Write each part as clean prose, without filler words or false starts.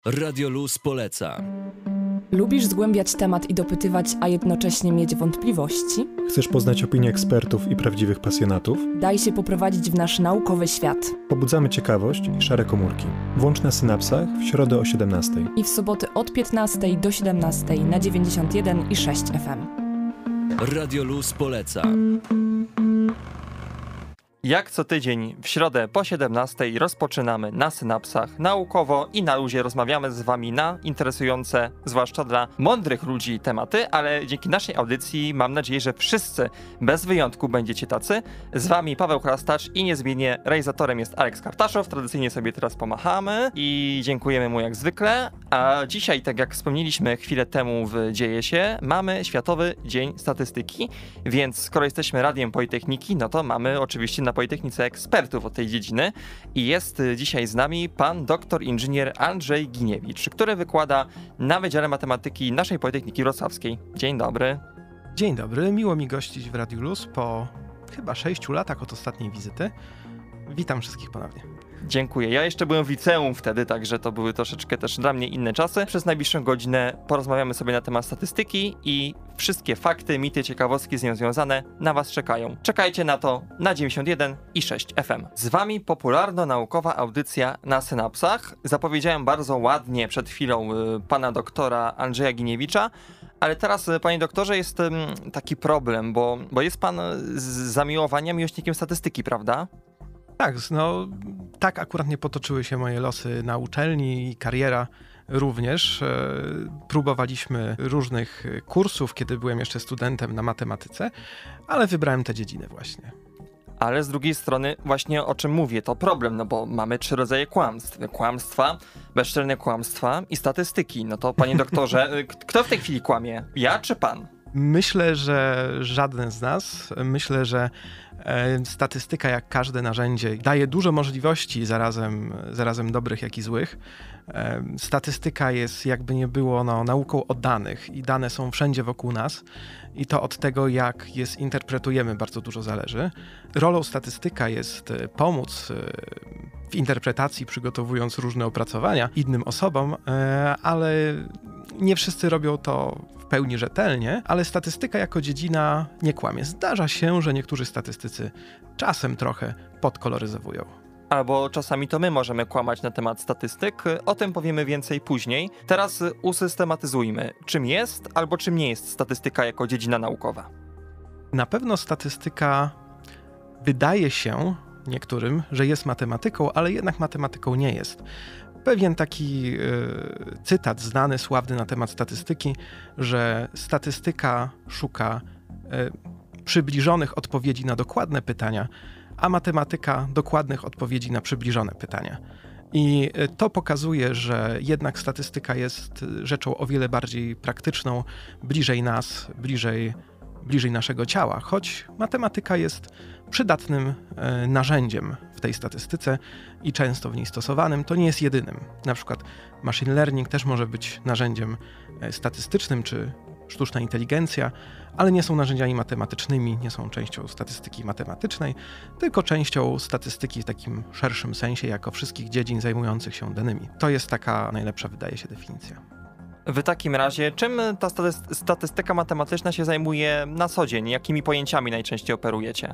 Radio Luz poleca. Lubisz zgłębiać temat i dopytywać, a jednocześnie mieć wątpliwości? Chcesz poznać opinie ekspertów i prawdziwych pasjonatów? Daj się poprowadzić w nasz naukowy świat. Pobudzamy ciekawość i szare komórki. Włącz na synapsach w środę o 17. I w soboty od 15 do 17 na 91,6 FM. Radio Luz poleca. Jak co tydzień w środę po 17 rozpoczynamy na synapsach naukowo i na luzie rozmawiamy z wami na interesujące, zwłaszcza dla mądrych ludzi, tematy, ale dzięki naszej audycji mam nadzieję, że wszyscy bez wyjątku będziecie tacy. Z wami Paweł Chrastacz i niezmiennie realizatorem jest Aleks Kartaszow. Tradycyjnie sobie teraz pomachamy i dziękujemy mu jak zwykle. A dzisiaj, tak jak wspomnieliśmy chwilę temu w Dzieje się, mamy Światowy Dzień Statystyki, więc skoro jesteśmy Radiem Politechniki, no to mamy oczywiście na Politechnice ekspertów od tej dziedziny i jest dzisiaj z nami pan doktor inżynier Andrzej Giniewicz, który wykłada na Wydziale Matematyki naszej Politechniki Wrocławskiej. Dzień dobry. Dzień dobry, miło mi gościć w Radiu Luz po chyba 6 latach od ostatniej wizyty. Witam wszystkich ponownie. Dziękuję. Ja jeszcze byłem w liceum wtedy, także to były troszeczkę też dla mnie inne czasy. Przez najbliższą godzinę porozmawiamy sobie na temat statystyki i wszystkie fakty, mity, ciekawostki z nią związane na was czekają. Czekajcie na to na 91,6 FM. Z wami popularno-naukowa audycja na synapsach. Zapowiedziałem bardzo ładnie przed chwilą pana doktora Andrzeja Giniewicza, ale teraz, panie doktorze, jest taki problem, bo jest pan z zamiłowania miłośnikiem statystyki, prawda? Tak, no tak akurat nie potoczyły się moje losy na uczelni i kariera również. Próbowaliśmy różnych kursów, kiedy byłem jeszcze studentem na matematyce, ale wybrałem tę dziedzinę właśnie. Ale z drugiej strony właśnie o czym mówię, to problem, no bo mamy 3 rodzaje kłamstw. Kłamstwa, bezczelne kłamstwa i statystyki. No to panie doktorze, kto w tej chwili kłamie? Ja czy pan? Myślę, że żaden z nas. Myślę, że statystyka, jak każde narzędzie, daje dużo możliwości, zarazem dobrych, jak i złych. Statystyka jest, jakby nie było, nauką o danych i dane są wszędzie wokół nas i to od tego, jak je zinterpretujemy, bardzo dużo zależy. Rolą statystyka jest pomóc w interpretacji, przygotowując różne opracowania innym osobom, ale nie wszyscy robią to w pełni rzetelnie, ale statystyka jako dziedzina nie kłamie. Zdarza się, że niektórzy statystycy czasem trochę podkoloryzowują. Albo czasami to my możemy kłamać na temat statystyk. O tym powiemy więcej później. Teraz usystematyzujmy, czym jest albo czym nie jest statystyka jako dziedzina naukowa. Na pewno statystyka wydaje się niektórym, że jest matematyką, ale jednak matematyką nie jest. Pewien taki cytat znany, sławny na temat statystyki, że statystyka szuka przybliżonych odpowiedzi na dokładne pytania, a matematyka dokładnych odpowiedzi na przybliżone pytania. I to pokazuje, że jednak statystyka jest rzeczą o wiele bardziej praktyczną, bliżej nas, bliżej naszego ciała, choć matematyka jest przydatnym narzędziem w tej statystyce i często w niej stosowanym, to nie jest jedynym. Na przykład machine learning też może być narzędziem statystycznym, czy sztuczna inteligencja, ale nie są narzędziami matematycznymi, nie są częścią statystyki matematycznej, tylko częścią statystyki w takim szerszym sensie, jako wszystkich dziedzin zajmujących się danymi. To jest taka najlepsza, wydaje się, definicja. W takim razie, czym ta statystyka matematyczna się zajmuje na co dzień? Jakimi pojęciami najczęściej operujecie?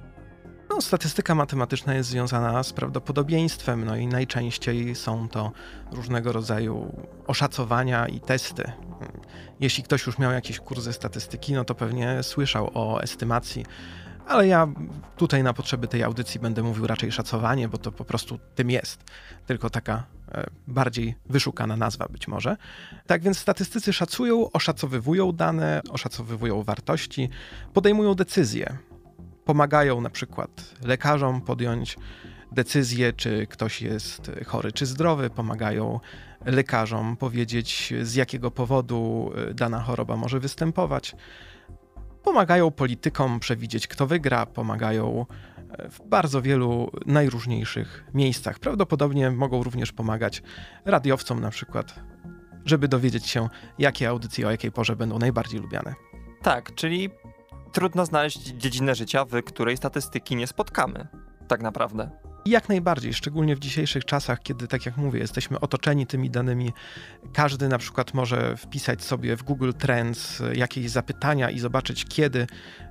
No, statystyka matematyczna jest związana z prawdopodobieństwem, no i najczęściej są to różnego rodzaju oszacowania i testy. Jeśli ktoś już miał jakieś kursy statystyki, no to pewnie słyszał o estymacji, ale ja tutaj na potrzeby tej audycji będę mówił raczej szacowanie, bo to po prostu tym jest. Tylko taka bardziej wyszukana nazwa być może. Tak więc statystycy szacują, oszacowywują dane, oszacowywują wartości, podejmują decyzje. Pomagają na przykład lekarzom podjąć decyzję, czy ktoś jest chory czy zdrowy, pomagają lekarzom powiedzieć, z jakiego powodu dana choroba może występować. Pomagają politykom przewidzieć, kto wygra, pomagają w bardzo wielu najróżniejszych miejscach. Prawdopodobnie mogą również pomagać radiowcom na przykład, żeby dowiedzieć się, jakie audycje o jakiej porze będą najbardziej lubiane. Tak, czyli trudno znaleźć dziedzinę życia, w której statystyki nie spotkamy, tak naprawdę. I jak najbardziej, szczególnie w dzisiejszych czasach, kiedy, tak jak mówię, jesteśmy otoczeni tymi danymi. Każdy na przykład może wpisać sobie w Google Trends jakieś zapytania i zobaczyć, kiedy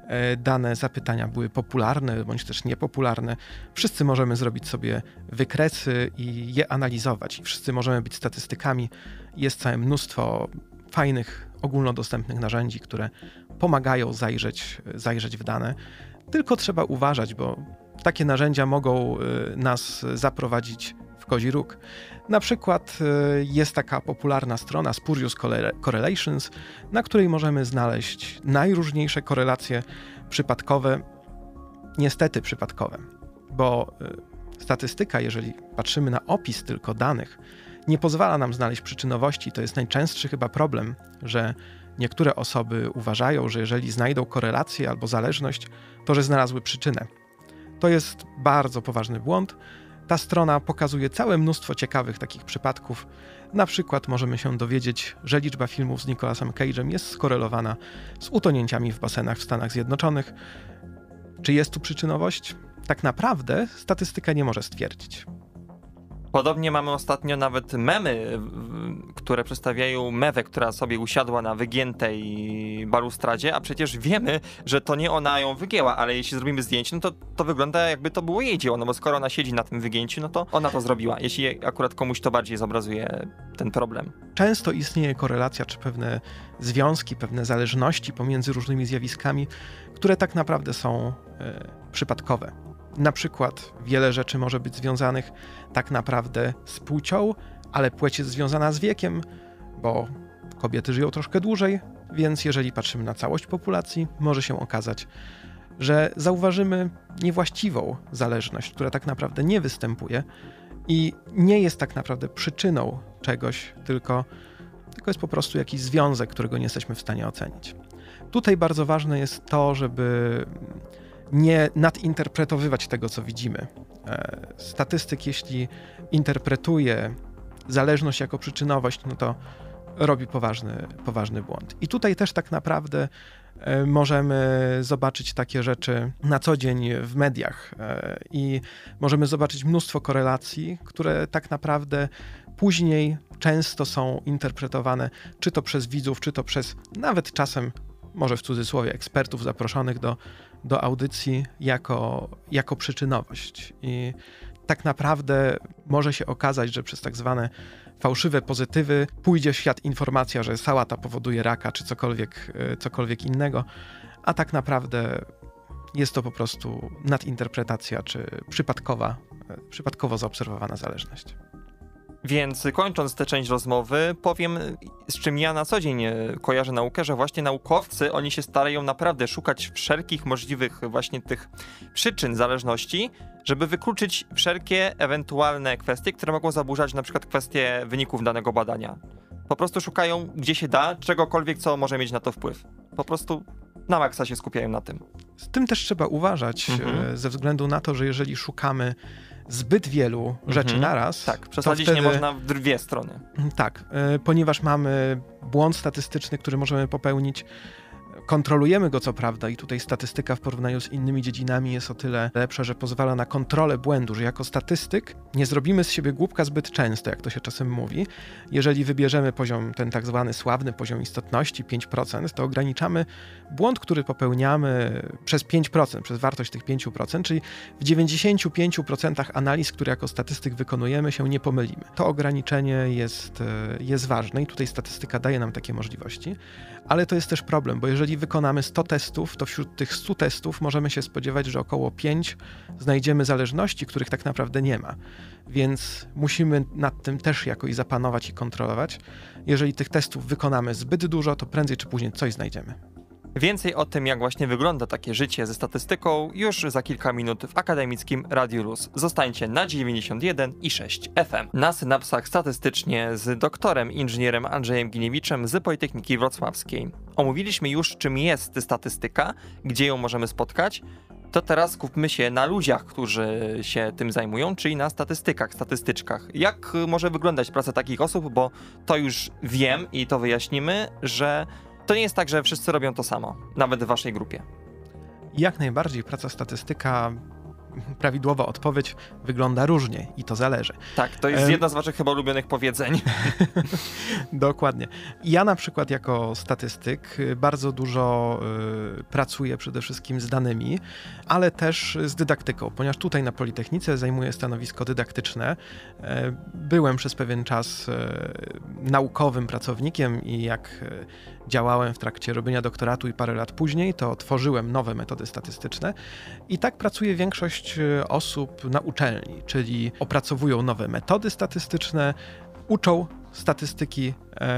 dane zapytania były popularne bądź też niepopularne. Wszyscy możemy zrobić sobie wykresy i je analizować. I wszyscy możemy być statystykami. Jest całe mnóstwo fajnych, ogólnodostępnych narzędzi, które pomagają zajrzeć w dane. Tylko trzeba uważać, bo takie narzędzia mogą nas zaprowadzić w kozi róg. Na przykład jest taka popularna strona Spurious Correlations, na której możemy znaleźć najróżniejsze korelacje przypadkowe, niestety przypadkowe, bo statystyka, jeżeli patrzymy na opis tylko danych, nie pozwala nam znaleźć przyczynowości. To jest najczęstszy chyba problem, że niektóre osoby uważają, że jeżeli znajdą korelację albo zależność, to że znalazły przyczynę. To jest bardzo poważny błąd. Ta strona pokazuje całe mnóstwo ciekawych takich przypadków. Na przykład możemy się dowiedzieć, że liczba filmów z Nicolasem Cage'em jest skorelowana z utonięciami w basenach w Stanach Zjednoczonych. Czy jest tu przyczynowość? Tak naprawdę statystyka nie może stwierdzić. Podobnie mamy ostatnio nawet memy, które przedstawiają mewę, która sobie usiadła na wygiętej balustradzie, a przecież wiemy, że to nie ona ją wygięła, ale jeśli zrobimy zdjęcie, no to wygląda jakby to było jej dzieło, no bo skoro ona siedzi na tym wygięciu, no to ona to zrobiła, jeśli akurat komuś to bardziej zobrazuje ten problem. Często istnieje korelacja, czy pewne związki, pewne zależności pomiędzy różnymi zjawiskami, które tak naprawdę są przypadkowe. Na przykład wiele rzeczy może być związanych tak naprawdę z płcią, ale płeć jest związana z wiekiem, bo kobiety żyją troszkę dłużej, więc jeżeli patrzymy na całość populacji, może się okazać, że zauważymy niewłaściwą zależność, która tak naprawdę nie występuje i nie jest tak naprawdę przyczyną czegoś, tylko jest po prostu jakiś związek, którego nie jesteśmy w stanie ocenić. Tutaj bardzo ważne jest to, żeby nie nadinterpretowywać tego, co widzimy. Statystyk, jeśli interpretuje zależność jako przyczynowość, no to robi poważny błąd. I tutaj też tak naprawdę możemy zobaczyć takie rzeczy na co dzień w mediach i możemy zobaczyć mnóstwo korelacji, które tak naprawdę później często są interpretowane czy to przez widzów, czy to przez nawet czasem, może w cudzysłowie, ekspertów zaproszonych do audycji jako przyczynowość. I tak naprawdę może się okazać, że przez tak zwane fałszywe pozytywy pójdzie w świat informacja, że sałata powoduje raka, czy cokolwiek innego, a tak naprawdę jest to po prostu nadinterpretacja, czy przypadkowo zaobserwowana zależność. Więc kończąc tę część rozmowy, powiem, z czym ja na co dzień kojarzę naukę, że właśnie naukowcy, oni się starają naprawdę szukać wszelkich możliwych właśnie tych przyczyn zależności, żeby wykluczyć wszelkie ewentualne kwestie, które mogą zaburzać na przykład kwestie wyników danego badania. Po prostu szukają, gdzie się da, czegokolwiek, co może mieć na to wpływ. Po prostu na maksa się skupiają na tym. Z tym też trzeba uważać, ze względu na to, że jeżeli szukamy zbyt wielu rzeczy naraz. Tak, przesadzić nie można w dwie strony. Tak, ponieważ mamy błąd statystyczny, który możemy popełnić. Kontrolujemy go co prawda i tutaj statystyka w porównaniu z innymi dziedzinami jest o tyle lepsza, że pozwala na kontrolę błędu, że jako statystyk nie zrobimy z siebie głupka zbyt często, jak to się czasem mówi. Jeżeli wybierzemy poziom, ten tak zwany sławny poziom istotności 5%, to ograniczamy błąd, który popełniamy przez 5%, przez wartość tych 5%, czyli w 95% analiz, które jako statystyk wykonujemy, się nie pomylimy. To ograniczenie jest ważne i tutaj statystyka daje nam takie możliwości, ale to jest też problem, bo jeżeli wykonamy 100 testów, to wśród tych 100 testów możemy się spodziewać, że około 5 znajdziemy zależności, których tak naprawdę nie ma. Więc musimy nad tym też jakoś zapanować i kontrolować. Jeżeli tych testów wykonamy zbyt dużo, to prędzej czy później coś znajdziemy. Więcej o tym, jak właśnie wygląda takie życie ze statystyką, już za kilka minut w akademickim Radiu Luz. Zostańcie na 91,6 FM. Na synapsach statystycznie z doktorem inżynierem Andrzejem Giniewiczem z Politechniki Wrocławskiej. Omówiliśmy już, czym jest statystyka, gdzie ją możemy spotkać. To teraz skupmy się na ludziach, którzy się tym zajmują, czyli na statystyczkach. Jak może wyglądać praca takich osób, bo to już wiem i to wyjaśnimy, że to nie jest tak, że wszyscy robią to samo, nawet w waszej grupie. Jak najbardziej praca statystyka prawidłowa odpowiedź wygląda różnie i to zależy. Tak, to jest jedno z waszych chyba ulubionych powiedzeń. Dokładnie. Ja na przykład jako statystyk bardzo dużo pracuję przede wszystkim z danymi, ale też z dydaktyką, ponieważ tutaj na Politechnice zajmuję stanowisko dydaktyczne. Byłem przez pewien czas naukowym pracownikiem i jak działałem w trakcie robienia doktoratu i parę lat później, to tworzyłem nowe metody statystyczne i tak pracuje większość osób na uczelni, czyli opracowują nowe metody statystyczne, uczą statystyki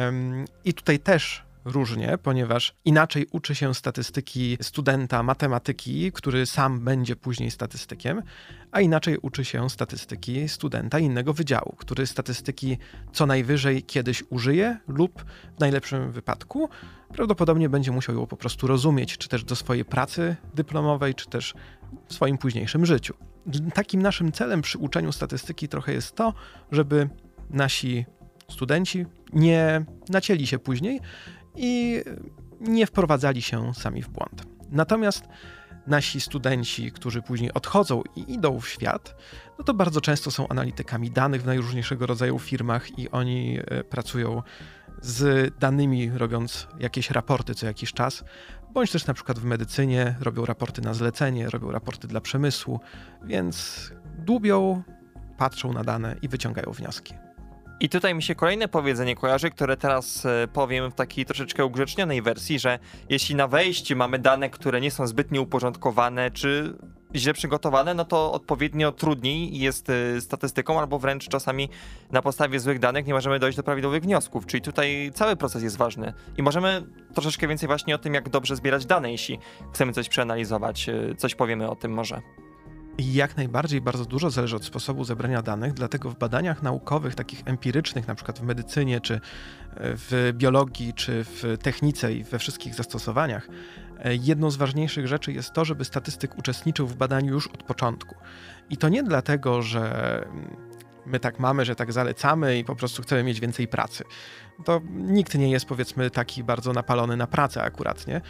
i tutaj też różnie, ponieważ inaczej uczy się statystyki studenta matematyki, który sam będzie później statystykiem, a inaczej uczy się statystyki studenta innego wydziału, który statystyki co najwyżej kiedyś użyje lub w najlepszym wypadku prawdopodobnie będzie musiał ją po prostu rozumieć, czy też do swojej pracy dyplomowej, czy też w swoim późniejszym życiu. Takim naszym celem przy uczeniu statystyki trochę jest to, żeby nasi studenci nie nacięli się później i nie wprowadzali się sami w błąd. Natomiast nasi studenci, którzy później odchodzą i idą w świat, no to bardzo często są analitykami danych w najróżniejszego rodzaju firmach i oni pracują z danymi, robiąc jakieś raporty co jakiś czas, bądź też na przykład w medycynie robią raporty na zlecenie, robią raporty dla przemysłu, więc dłubią, patrzą na dane i wyciągają wnioski. I tutaj mi się kolejne powiedzenie kojarzy, które teraz powiem w takiej troszeczkę ugrzecznionej wersji, że jeśli na wejściu mamy dane, które nie są zbytnio uporządkowane czy źle przygotowane, no to odpowiednio trudniej jest statystyką, albo wręcz czasami na podstawie złych danych nie możemy dojść do prawidłowych wniosków. Czyli tutaj cały proces jest ważny. I możemy troszeczkę więcej właśnie o tym, jak dobrze zbierać dane, jeśli chcemy coś przeanalizować. Coś powiemy o tym może. Jak najbardziej bardzo dużo zależy od sposobu zebrania danych, dlatego w badaniach naukowych, takich empirycznych, na przykład w medycynie, czy w biologii, czy w technice i we wszystkich zastosowaniach, jedną z ważniejszych rzeczy jest to, żeby statystyk uczestniczył w badaniu już od początku. I to nie dlatego, że my tak mamy, że tak zalecamy i po prostu chcemy mieć więcej pracy. To nikt nie jest, powiedzmy, taki bardzo napalony na pracę akurat, nie?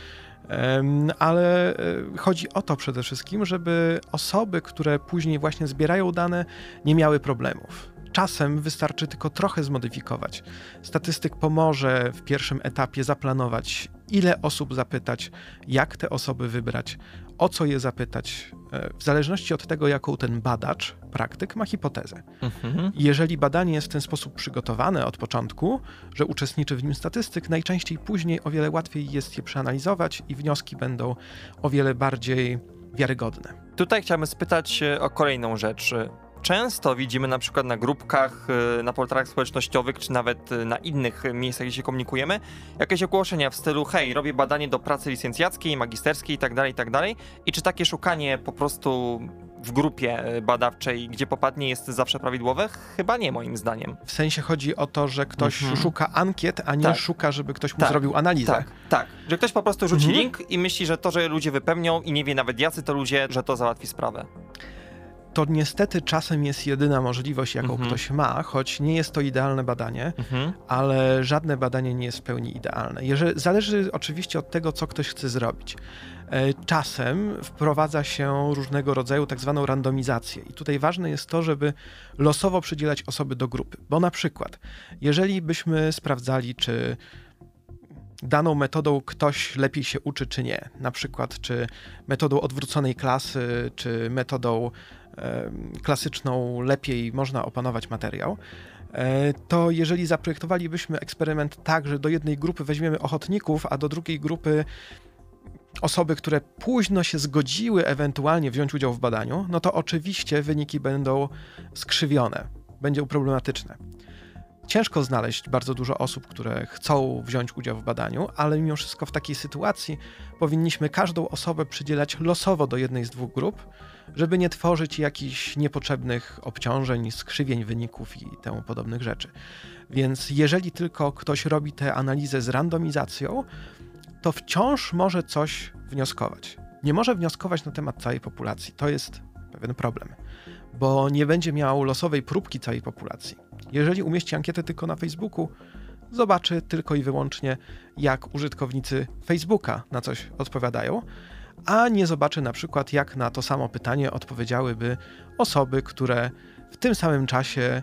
Ale chodzi o to przede wszystkim, żeby osoby, które później właśnie zbierają dane, nie miały problemów. Czasem wystarczy tylko trochę zmodyfikować. Statystyk pomoże w pierwszym etapie zaplanować, ile osób zapytać, jak te osoby wybrać, o co je zapytać, w zależności od tego, jaką ten badacz, praktyk ma hipotezę. Jeżeli badanie jest w ten sposób przygotowane od początku, że uczestniczy w nim statystyk, najczęściej później o wiele łatwiej jest je przeanalizować i wnioski będą o wiele bardziej wiarygodne. Tutaj chciałbym spytać o kolejną rzecz. Często widzimy na przykład na grupkach, na portalach społecznościowych, czy nawet na innych miejscach, gdzie się komunikujemy, jakieś ogłoszenia w stylu: hej, robię badanie do pracy licencjackiej, magisterskiej itd., itd. I czy takie szukanie po prostu w grupie badawczej, gdzie popadnie, jest zawsze prawidłowe? Chyba nie, moim zdaniem. W sensie chodzi o to, że ktoś szuka ankiet, a nie Tak. szuka, żeby ktoś mu zrobił analizę. Tak. Że ktoś po prostu rzuci link i myśli, że to, że ludzie wypełnią i nie wie nawet jacy to ludzie, że to załatwi sprawę. To niestety czasem jest jedyna możliwość, jaką ktoś ma, choć nie jest to idealne badanie, ale żadne badanie nie jest w pełni idealne. Zależy oczywiście od tego, co ktoś chce zrobić. Czasem wprowadza się różnego rodzaju tak zwaną randomizację i tutaj ważne jest to, żeby losowo przydzielać osoby do grupy, bo na przykład, jeżeli byśmy sprawdzali, czy daną metodą ktoś lepiej się uczy, czy nie, na przykład czy metodą odwróconej klasy, czy metodą klasyczną lepiej można opanować materiał, to jeżeli zaprojektowalibyśmy eksperyment tak, że do jednej grupy weźmiemy ochotników, a do drugiej grupy osoby, które późno się zgodziły ewentualnie wziąć udział w badaniu, no to oczywiście wyniki będą skrzywione, będzie problematyczne. Ciężko znaleźć bardzo dużo osób, które chcą wziąć udział w badaniu, ale mimo wszystko w takiej sytuacji powinniśmy każdą osobę przydzielać losowo do jednej z dwóch grup, żeby nie tworzyć jakichś niepotrzebnych obciążeń, skrzywień wyników i temu podobnych rzeczy. Więc jeżeli tylko ktoś robi tę analizę z randomizacją, to wciąż może coś wnioskować. Nie może wnioskować na temat całej populacji. To jest pewien problem, bo nie będzie miał losowej próbki całej populacji. Jeżeli umieści ankietę tylko na Facebooku, zobaczy tylko i wyłącznie, jak użytkownicy Facebooka na coś odpowiadają, a nie zobaczy na przykład, jak na to samo pytanie odpowiedziałyby osoby, które w tym samym czasie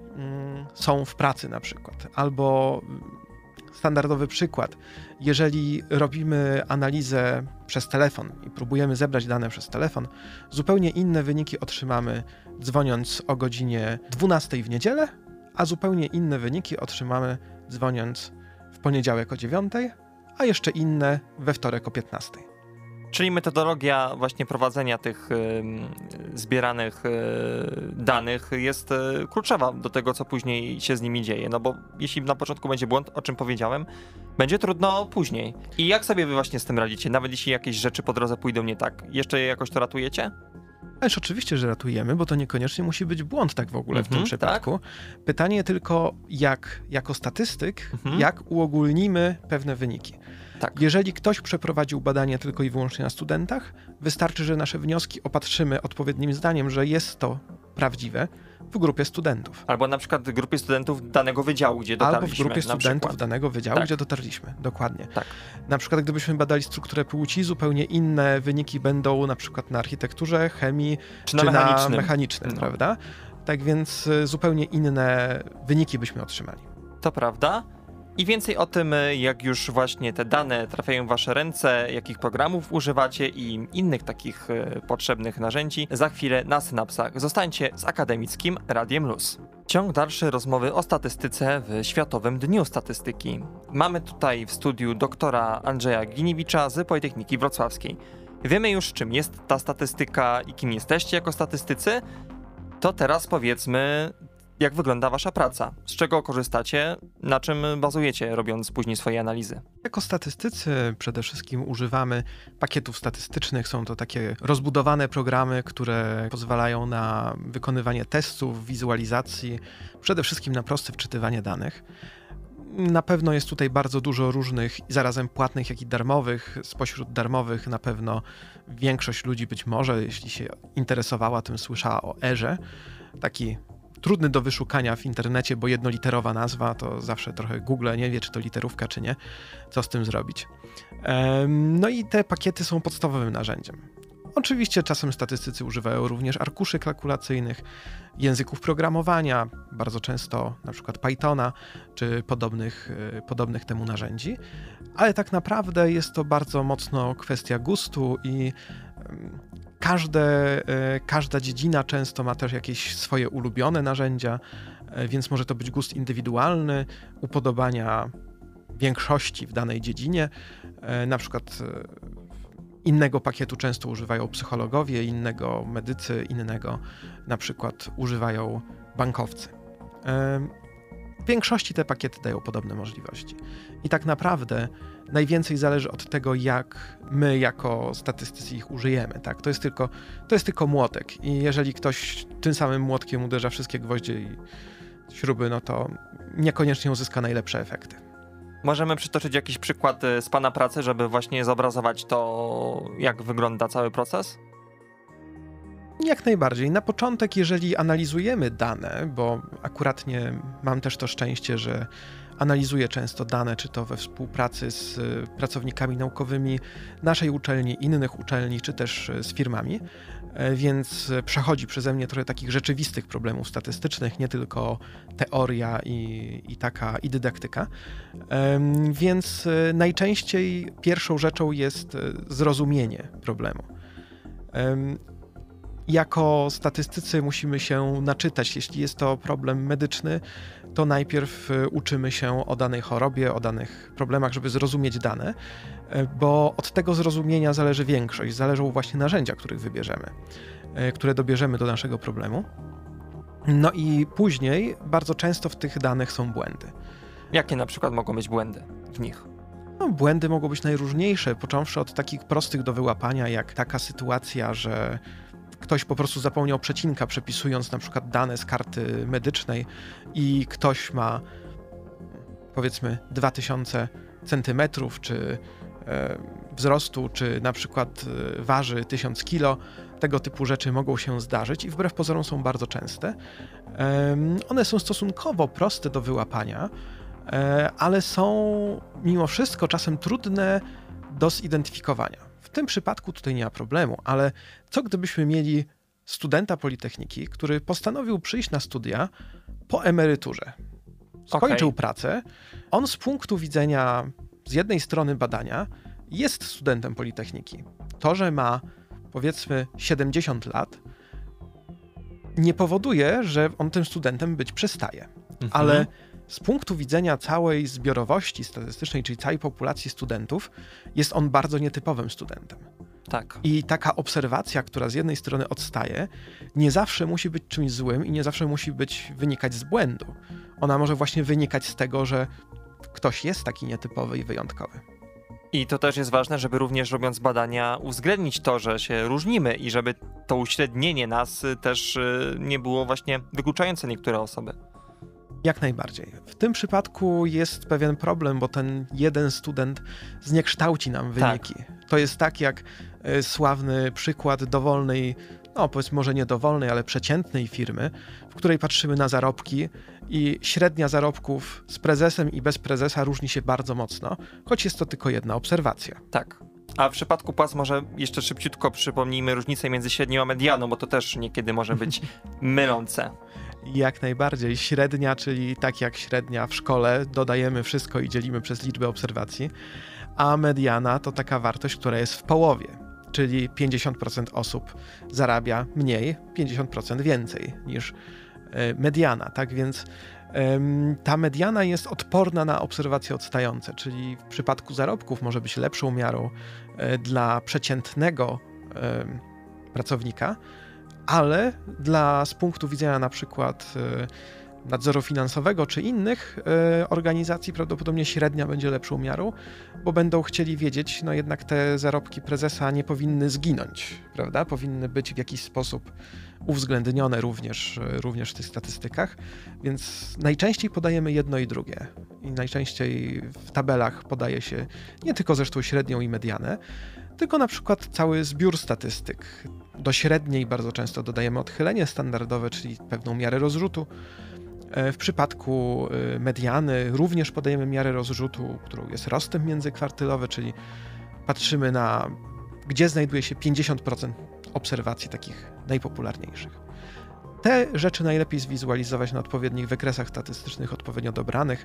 są w pracy na przykład. Albo standardowy przykład, jeżeli robimy analizę przez telefon i próbujemy zebrać dane przez telefon, zupełnie inne wyniki otrzymamy dzwoniąc o godzinie 12 w niedzielę, a zupełnie inne wyniki otrzymamy dzwoniąc w poniedziałek o 9, a jeszcze inne we wtorek o 15. Czyli metodologia właśnie prowadzenia tych zbieranych danych jest kluczowa do tego, co później się z nimi dzieje. No bo jeśli na początku będzie błąd, o czym powiedziałem, będzie trudno później. I jak sobie wy właśnie z tym radzicie? Nawet jeśli jakieś rzeczy po drodze pójdą nie tak, jeszcze jakoś to ratujecie? Ależ oczywiście, że ratujemy, bo to niekoniecznie musi być błąd tak w ogóle w tym przypadku. Tak? Pytanie tylko, jako statystyk, jak uogólnimy pewne wyniki. Tak. Jeżeli ktoś przeprowadził badanie tylko i wyłącznie na studentach, wystarczy, że nasze wnioski opatrzymy odpowiednim zdaniem, że jest to prawdziwe w grupie studentów. Albo na przykład w grupie studentów danego wydziału, gdzie dotarliśmy. Albo w grupie studentów danego wydziału, gdzie dotarliśmy. Dokładnie. Tak. Na przykład gdybyśmy badali strukturę płci, zupełnie inne wyniki będą na przykład na architekturze, chemii czy na mechanicznym, prawda? Tak więc zupełnie inne wyniki byśmy otrzymali. To prawda. I więcej o tym, jak już właśnie te dane trafiają w wasze ręce, jakich programów używacie i innych takich potrzebnych narzędzi, za chwilę na Synapsach. Zostańcie z Akademickim Radiem Luz. Ciąg dalszy rozmowy o statystyce w Światowym Dniu Statystyki. Mamy tutaj w studiu doktora Andrzeja Giniewicza z Politechniki Wrocławskiej. Wiemy już, czym jest ta statystyka i kim jesteście jako statystycy. To teraz powiedzmy, jak wygląda wasza praca? Z czego korzystacie? Na czym bazujecie, robiąc później swoje analizy? Jako statystycy przede wszystkim używamy pakietów statystycznych. Są to takie rozbudowane programy, które pozwalają na wykonywanie testów, wizualizacji, przede wszystkim na proste wczytywanie danych. Na pewno jest tutaj bardzo dużo różnych, zarazem płatnych, jak i darmowych. Spośród darmowych na pewno większość ludzi być może, jeśli się interesowała tym, słyszała o Erze. Taki trudny do wyszukania w internecie, bo jednoliterowa nazwa, to zawsze trochę Google nie wie, czy to literówka, czy nie, co z tym zrobić. No i te pakiety są podstawowym narzędziem. Oczywiście czasem statystycy używają również arkuszy kalkulacyjnych, języków programowania, bardzo często na przykład Pythona, czy podobnych temu narzędzi, ale tak naprawdę jest to bardzo mocno kwestia gustu i każda dziedzina często ma też jakieś swoje ulubione narzędzia, więc może to być gust indywidualny, upodobania większości w danej dziedzinie. Na przykład innego pakietu często używają psychologowie, innego medycy, innego na przykład używają bankowcy. W większości te pakiety dają podobne możliwości. I tak naprawdę najwięcej zależy od tego, jak my jako statystycy ich użyjemy. Tak? To jest tylko młotek i jeżeli ktoś tym samym młotkiem uderza wszystkie gwoździe i śruby, no to niekoniecznie uzyska najlepsze efekty. Możemy przytoczyć jakiś przykład z pana pracy, żeby właśnie zobrazować to, jak wygląda cały proces? Jak najbardziej. Na początek, jeżeli analizujemy dane, bo akuratnie mam też to szczęście, że analizuję często dane, czy to we współpracy z pracownikami naukowymi naszej uczelni, innych uczelni, czy też z firmami, więc przechodzi przeze mnie trochę takich rzeczywistych problemów statystycznych, nie tylko teoria i dydaktyka. Więc najczęściej pierwszą rzeczą jest zrozumienie problemu. Jako statystycy musimy się naczytać. Jeśli jest to problem medyczny, to najpierw uczymy się o danej chorobie, o danych problemach, żeby zrozumieć dane, bo od tego zrozumienia zależy większość. Zależą właśnie narzędzia, których wybierzemy, które dobierzemy do naszego problemu. No i później bardzo często w tych danych są błędy. Jakie na przykład mogą być błędy w nich? No, błędy mogą być najróżniejsze, począwszy od takich prostych do wyłapania, jak taka sytuacja, że ktoś po prostu zapomniał przecinka, przepisując na przykład dane z karty medycznej i ktoś ma, powiedzmy, 2000 centymetrów, czy wzrostu, czy na przykład waży 1000 kilo. Tego typu rzeczy mogą się zdarzyć i wbrew pozorom są bardzo częste. One są stosunkowo proste do wyłapania, ale są mimo wszystko czasem trudne do zidentyfikowania. w tym przypadku tutaj nie ma problemu, ale co gdybyśmy mieli studenta Politechniki, który postanowił przyjść na studia po emeryturze. Skończył pracę. On z punktu widzenia z jednej strony badania jest studentem Politechniki. To, że ma powiedzmy 70 lat, nie powoduje, że on tym studentem być przestaje. Ale z punktu widzenia całej zbiorowości statystycznej, czyli całej populacji studentów, jest on bardzo nietypowym studentem. Tak. I taka obserwacja, która z jednej strony odstaje, nie zawsze musi być czymś złym i nie zawsze musi wynikać z błędu. Ona może właśnie wynikać z tego, że ktoś jest taki nietypowy i wyjątkowy. I to też jest ważne, żeby również robiąc badania uwzględnić to, że się różnimy i żeby to uśrednienie nas też nie było właśnie wykluczające niektóre osoby. Jak najbardziej. W tym przypadku jest pewien problem, bo ten jeden student zniekształci nam wyniki. Tak. To jest tak jak sławny przykład dowolnej, no powiedzmy może nie dowolnej, ale przeciętnej firmy, w której patrzymy na zarobki i średnia zarobków z prezesem i bez prezesa różni się bardzo mocno, choć jest to tylko jedna obserwacja. Tak. A w przypadku płac może jeszcze szybciutko przypomnijmy różnicę między średnią a medianą, bo to też niekiedy może być mylące. Jak najbardziej. Średnia, czyli tak jak średnia w szkole, dodajemy wszystko i dzielimy przez liczbę obserwacji, a mediana to taka wartość, która jest w połowie, czyli 50% osób zarabia mniej, 50% więcej niż mediana, tak więc ta mediana jest odporna na obserwacje odstające, czyli w przypadku zarobków może być lepszą miarą dla przeciętnego pracownika, ale z punktu widzenia na przykład nadzoru finansowego czy innych organizacji prawdopodobnie średnia będzie lepszą miarą, bo będą chcieli wiedzieć, no jednak te zarobki prezesa nie powinny zginąć, prawda? Powinny być w jakiś sposób uwzględnione również w tych statystykach, więc najczęściej podajemy jedno i drugie. I najczęściej w tabelach podaje się nie tylko zresztą średnią i medianę, tylko na przykład cały zbiór statystyk. Do średniej bardzo często dodajemy odchylenie standardowe, czyli pewną miarę rozrzutu. W przypadku mediany również podajemy miarę rozrzutu, którą jest rozstęp międzykwartylowy, czyli patrzymy na, gdzie znajduje się 50% obserwacji takich najpopularniejszych. Te rzeczy najlepiej zwizualizować na odpowiednich wykresach statystycznych, odpowiednio dobranych.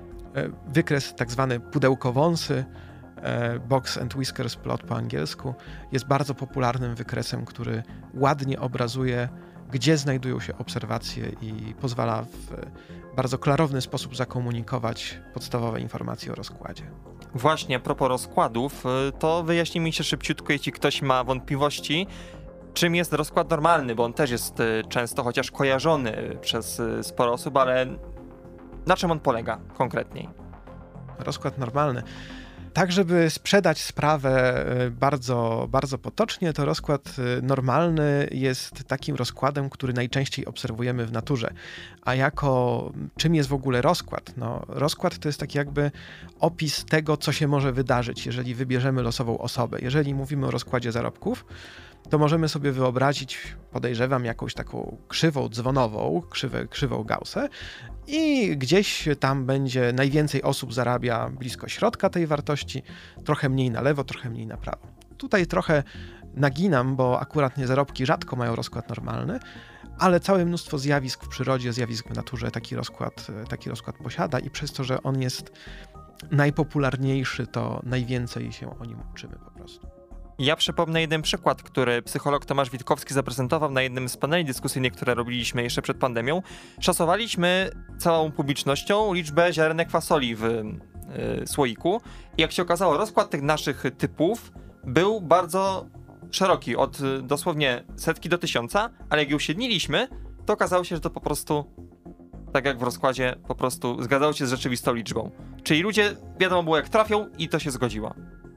Wykres tak zwany pudełkowąsy, Box and Whiskers plot po angielsku, jest bardzo popularnym wykresem, który ładnie obrazuje, gdzie znajdują się obserwacje i pozwala w bardzo klarowny sposób zakomunikować podstawowe informacje o rozkładzie. Właśnie, a propos rozkładów, to wyjaśni mi się szybciutko, jeśli ktoś ma wątpliwości, czym jest rozkład normalny, bo on też jest często chociaż kojarzony przez sporo osób, ale na czym on polega konkretniej? Rozkład normalny. Tak, żeby sprzedać sprawę bardzo, bardzo potocznie, to rozkład normalny jest takim rozkładem, który najczęściej obserwujemy w naturze. A czym jest w ogóle rozkład? No, rozkład to jest taki jakby opis tego, co się może wydarzyć, jeżeli wybierzemy losową osobę. Jeżeli mówimy o rozkładzie zarobków, to możemy sobie wyobrazić, podejrzewam, jakąś taką krzywą dzwonową, krzywą Gaussa i gdzieś tam będzie najwięcej osób zarabia blisko środka tej wartości, trochę mniej na lewo, trochę mniej na prawo. Tutaj trochę naginam, bo akurat zarobki rzadko mają rozkład normalny, ale całe mnóstwo zjawisk w przyrodzie, zjawisk w naturze taki rozkład posiada i przez to, że on jest najpopularniejszy, to najwięcej się o nim uczymy po prostu. Ja przypomnę jeden przykład, który psycholog Tomasz Witkowski zaprezentował na jednym z paneli dyskusyjnych, które robiliśmy jeszcze przed pandemią. Szacowaliśmy całą publicznością liczbę ziarenek fasoli w słoiku i jak się okazało, rozkład tych naszych typów był bardzo szeroki, od dosłownie setki do 1000, ale jak je uśredniliśmy, to okazało się, że to po prostu, tak jak w rozkładzie, po prostu zgadzało się z rzeczywistą liczbą. Czyli ludzie, wiadomo było jak trafią i to się zgodziło.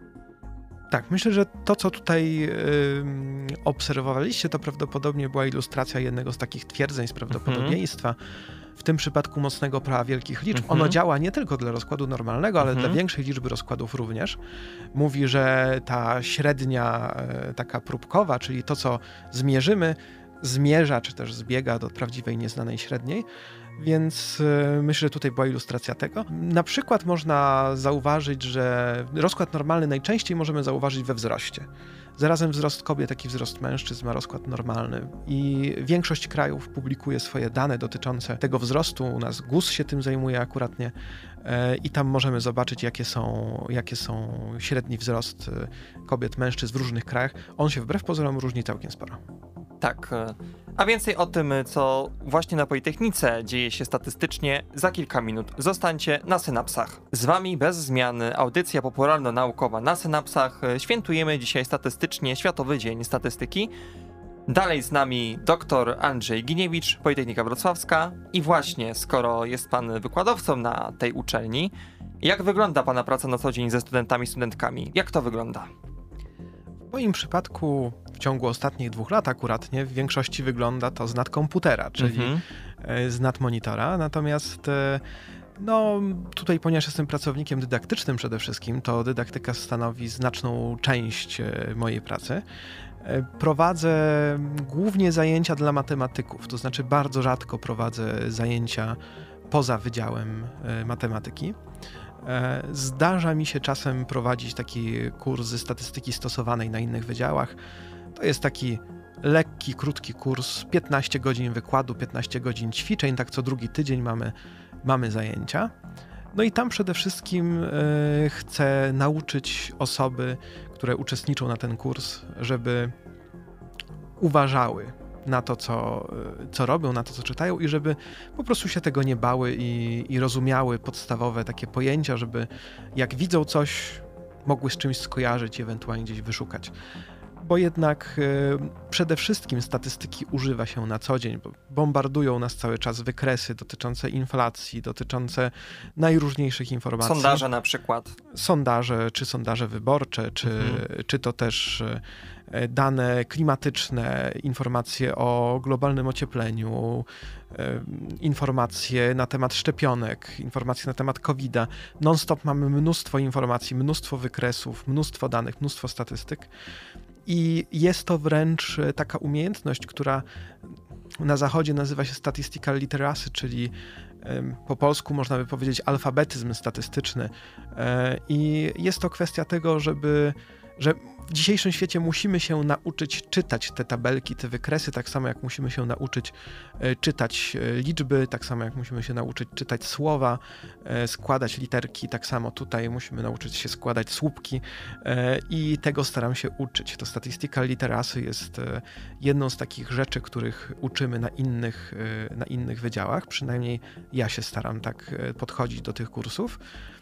Tak, myślę, że to, co tutaj obserwowaliście, to prawdopodobnie była ilustracja jednego z takich twierdzeń z prawdopodobieństwa. W tym przypadku mocnego prawa wielkich liczb. Ono działa nie tylko dla rozkładu normalnego, ale dla większej liczby rozkładów również. Mówi, że ta średnia taka próbkowa, czyli to, co zmierzymy, zmierza, czy też zbiega do prawdziwej nieznanej średniej. Więc myślę, że tutaj była ilustracja tego. Na przykład można zauważyć, że rozkład normalny najczęściej możemy zauważyć we wzroście. Zarazem wzrost kobiet, jak i wzrost mężczyzn ma rozkład normalny i większość krajów publikuje swoje dane dotyczące tego wzrostu. U nas GUS się tym zajmuje akuratnie i tam możemy zobaczyć, jakie są średni wzrost kobiet, mężczyzn w różnych krajach. On się wbrew pozorom różni całkiem sporo. Tak, a więcej o tym, co właśnie na Politechnice dzieje się statystycznie za kilka minut. Zostańcie na Synapsach. Z wami bez zmiany audycja popularno-naukowa na Synapsach. Świętujemy dzisiaj statystycznie Światowy Dzień Statystyki. Dalej z nami dr Andrzej Giniewicz, Politechnika Wrocławska. I właśnie, skoro jest pan wykładowcą na tej uczelni, jak wygląda pana praca na co dzień ze studentami, studentkami? Jak to wygląda? W moim przypadku w ciągu ostatnich 2 lat akuratnie w większości wygląda to z nad komputera, czyli z nad monitora. Natomiast no tutaj, ponieważ jestem pracownikiem dydaktycznym przede wszystkim, to dydaktyka stanowi znaczną część mojej pracy. Prowadzę głównie zajęcia dla matematyków, to znaczy bardzo rzadko prowadzę zajęcia poza wydziałem matematyki. Zdarza mi się czasem prowadzić taki kurs ze statystyki stosowanej na innych wydziałach. To jest taki lekki, krótki kurs, 15 godzin wykładu, 15 godzin ćwiczeń, tak co drugi tydzień mamy zajęcia. No i tam przede wszystkim chcę nauczyć osoby, które uczestniczą na ten kurs, żeby uważały na to, co robią, na to, co czytają i żeby po prostu się tego nie bały i rozumiały podstawowe takie pojęcia, żeby jak widzą coś, mogły z czymś skojarzyć i ewentualnie gdzieś wyszukać. Bo jednak przede wszystkim statystyki używa się na co dzień, bo bombardują nas cały czas wykresy dotyczące inflacji, dotyczące najróżniejszych informacji. Sondaże na przykład. Sondaże wyborcze, czy to też dane klimatyczne, informacje o globalnym ociepleniu, informacje na temat szczepionek, informacje na temat COVID-a. Non-stop mamy mnóstwo informacji, mnóstwo wykresów, mnóstwo danych, mnóstwo statystyk. I jest to wręcz taka umiejętność, która na zachodzie nazywa się statistical literacy, czyli po polsku można by powiedzieć alfabetyzm statystyczny. I jest to kwestia tego, że w dzisiejszym świecie musimy się nauczyć czytać te tabelki, te wykresy, tak samo jak musimy się nauczyć czytać liczby, tak samo jak musimy się nauczyć czytać słowa, składać literki, tak samo tutaj musimy nauczyć się składać słupki i tego staram się uczyć. To statistical literacy jest jedną z takich rzeczy, których uczymy na innych wydziałach, przynajmniej ja się staram tak podchodzić do tych kursów.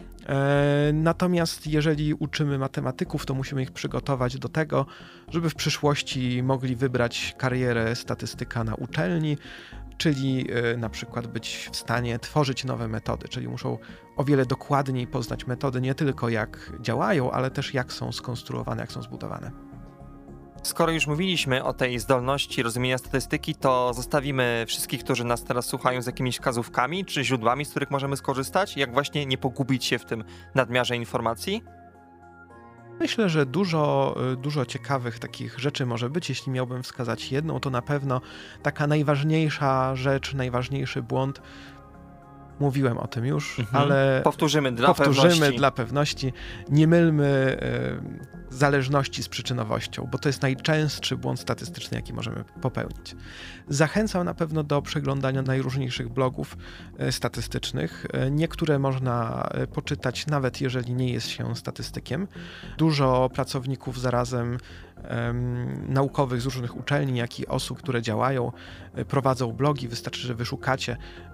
Natomiast jeżeli uczymy matematyków, to musimy ich przygotować do tego, żeby w przyszłości mogli wybrać karierę statystyka na uczelni, czyli na przykład być w stanie tworzyć nowe metody, czyli muszą o wiele dokładniej poznać metody, nie tylko jak działają, ale też jak są skonstruowane, jak są zbudowane. Skoro już mówiliśmy o tej zdolności rozumienia statystyki, to zostawimy wszystkich, którzy nas teraz słuchają, z jakimiś wskazówkami czy źródłami, z których możemy skorzystać, jak właśnie nie pogubić się w tym nadmiarze informacji? Myślę, że dużo ciekawych takich rzeczy może być. Jeśli miałbym wskazać jedną, to na pewno taka najważniejsza rzecz, najważniejszy błąd. Mówiłem o tym już, ale powtórzymy dla pewności. Nie mylmy zależności z przyczynowością, bo to jest najczęstszy błąd statystyczny, jaki możemy popełnić. Zachęcam na pewno do przeglądania najróżniejszych blogów statystycznych. Niektóre można poczytać, nawet jeżeli nie jest się statystykiem. Dużo pracowników zarazem naukowych z różnych uczelni, jak i osób, które działają, prowadzą blogi. Wystarczy, że wyszukacie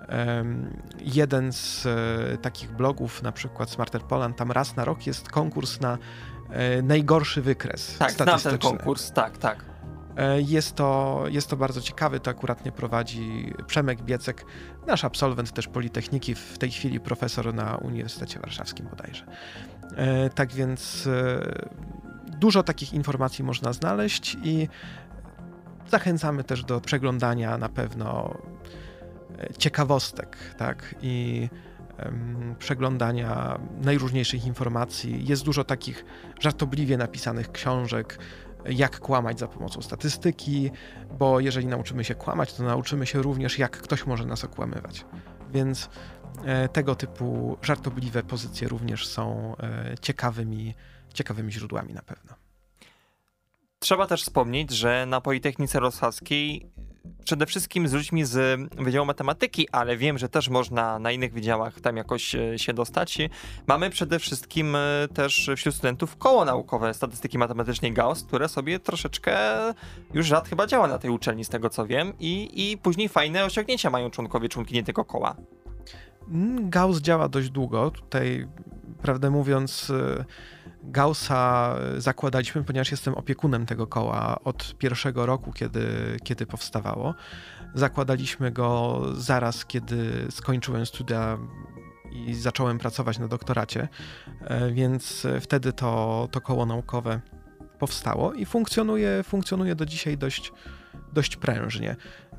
jeden z takich blogów, na przykład Smarter Poland, tam raz na rok jest konkurs na najgorszy wykres statystyczny. Tak, znam ten konkurs, tak. Jest to bardzo ciekawe, to akuratnie prowadzi Przemek Biecek, nasz absolwent też Politechniki, w tej chwili profesor na Uniwersytecie Warszawskim bodajże. Tak więc dużo takich informacji można znaleźć i zachęcamy też do przeglądania na pewno ciekawostek, tak, i przeglądania najróżniejszych informacji. Jest dużo takich żartobliwie napisanych książek, jak kłamać za pomocą statystyki, bo jeżeli nauczymy się kłamać, to nauczymy się również, jak ktoś może nas okłamywać. Więc tego typu żartobliwe pozycje również są ciekawymi źródłami na pewno. Trzeba też wspomnieć, że na Politechnice Wrocławskiej przede wszystkim z ludźmi z Wydziału Matematyki, ale wiem, że też można na innych wydziałach tam jakoś się dostać. Mamy przede wszystkim też wśród studentów koło naukowe statystyki matematycznej Gauss, które sobie troszeczkę już lat chyba działa na tej uczelni, z tego co wiem, i później fajne osiągnięcia mają członkowie tego koła. Gauss działa dość długo. Tutaj, prawdę mówiąc, Gaussa zakładaliśmy, ponieważ jestem opiekunem tego koła od pierwszego roku, kiedy powstawało. Zakładaliśmy go zaraz, kiedy skończyłem studia i zacząłem pracować na doktoracie, więc wtedy to koło naukowe powstało i funkcjonuje do dzisiaj dość prężnie.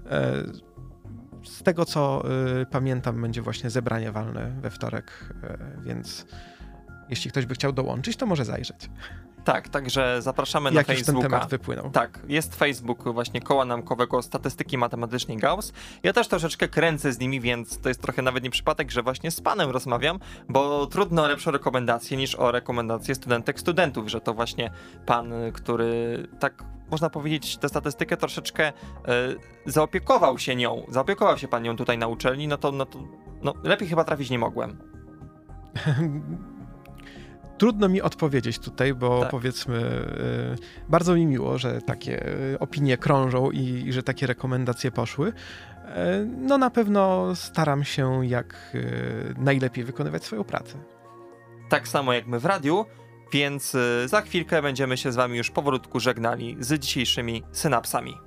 Z tego, co pamiętam, będzie właśnie zebranie walne we wtorek, więc jeśli ktoś by chciał dołączyć, to może zajrzeć. Tak, także zapraszamy na Jak już Facebooka. ten temat wypłynął. Tak, jest Facebook właśnie Koła Naukowego Statystyki Matematycznej Gauss. Ja też troszeczkę kręcę z nimi, więc to jest trochę nawet nie przypadek, że właśnie z panem rozmawiam, bo trudno o lepszą rekomendację niż o rekomendację studentów, że to właśnie pan, który tak można powiedzieć tę statystykę troszeczkę zaopiekował się pan nią tutaj na uczelni, no to lepiej chyba trafić nie mogłem. Trudno mi odpowiedzieć tutaj, bo tak. Powiedzmy, bardzo mi miło, że takie opinie krążą i że takie rekomendacje poszły. No na pewno staram się jak najlepiej wykonywać swoją pracę. Tak samo jak my w radiu, więc za chwilkę będziemy się z wami już powolutku żegnali z dzisiejszymi synapsami.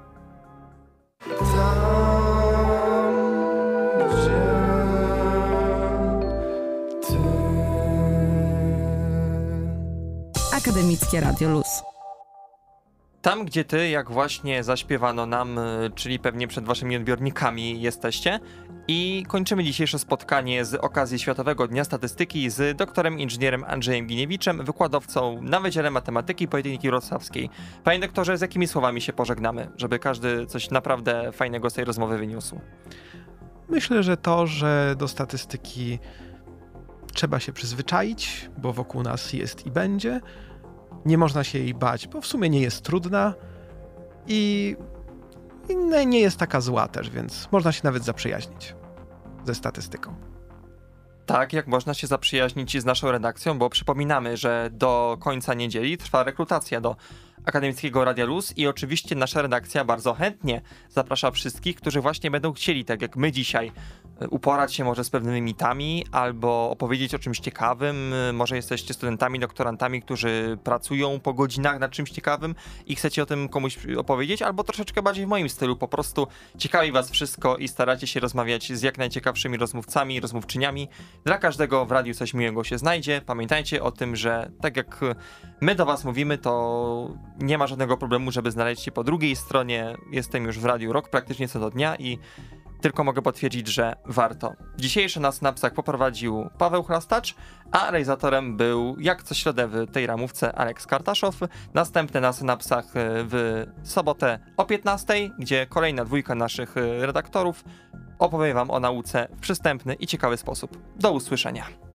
Akademickie Radio Luz. Tam, gdzie ty, jak właśnie zaśpiewano nam, czyli pewnie przed waszymi odbiornikami jesteście. I kończymy dzisiejsze spotkanie z okazji Światowego Dnia Statystyki z doktorem inżynierem Andrzejem Giniewiczem, wykładowcą na Wydziale Matematyki Politechniki Wrocławskiej. Panie doktorze, z jakimi słowami się pożegnamy, żeby każdy coś naprawdę fajnego z tej rozmowy wyniósł? Myślę, że to, że do statystyki trzeba się przyzwyczaić, bo wokół nas jest i będzie. Nie można się jej bać, bo w sumie nie jest trudna i nie jest taka zła też, więc można się nawet zaprzyjaźnić ze statystyką. Tak, jak można się zaprzyjaźnić z naszą redakcją, bo przypominamy, że do końca niedzieli trwa rekrutacja do Akademickiego Radia Luz i oczywiście nasza redakcja bardzo chętnie zaprasza wszystkich, którzy właśnie będą chcieli, tak jak my dzisiaj, uporać się może z pewnymi mitami albo opowiedzieć o czymś ciekawym. Może jesteście studentami, doktorantami, którzy pracują po godzinach nad czymś ciekawym i chcecie o tym komuś opowiedzieć, albo troszeczkę bardziej w moim stylu, po prostu ciekawi was wszystko i staracie się rozmawiać z jak najciekawszymi rozmówcami, rozmówczyniami. Dla każdego w radiu coś miłego się znajdzie. Pamiętajcie o tym, że tak jak my do was mówimy, to nie ma żadnego problemu, żeby znaleźć się po drugiej stronie. Jestem już w radiu rok praktycznie co do dnia i tylko mogę potwierdzić, że warto. Dzisiejszy na Synapsach poprowadził Paweł Chrastacz, a realizatorem był jak co środę w tej ramówce Aleks Kartaszow. Następne na Synapsach w sobotę o 15:00, gdzie kolejna dwójka naszych redaktorów opowie wam o nauce w przystępny i ciekawy sposób. Do usłyszenia.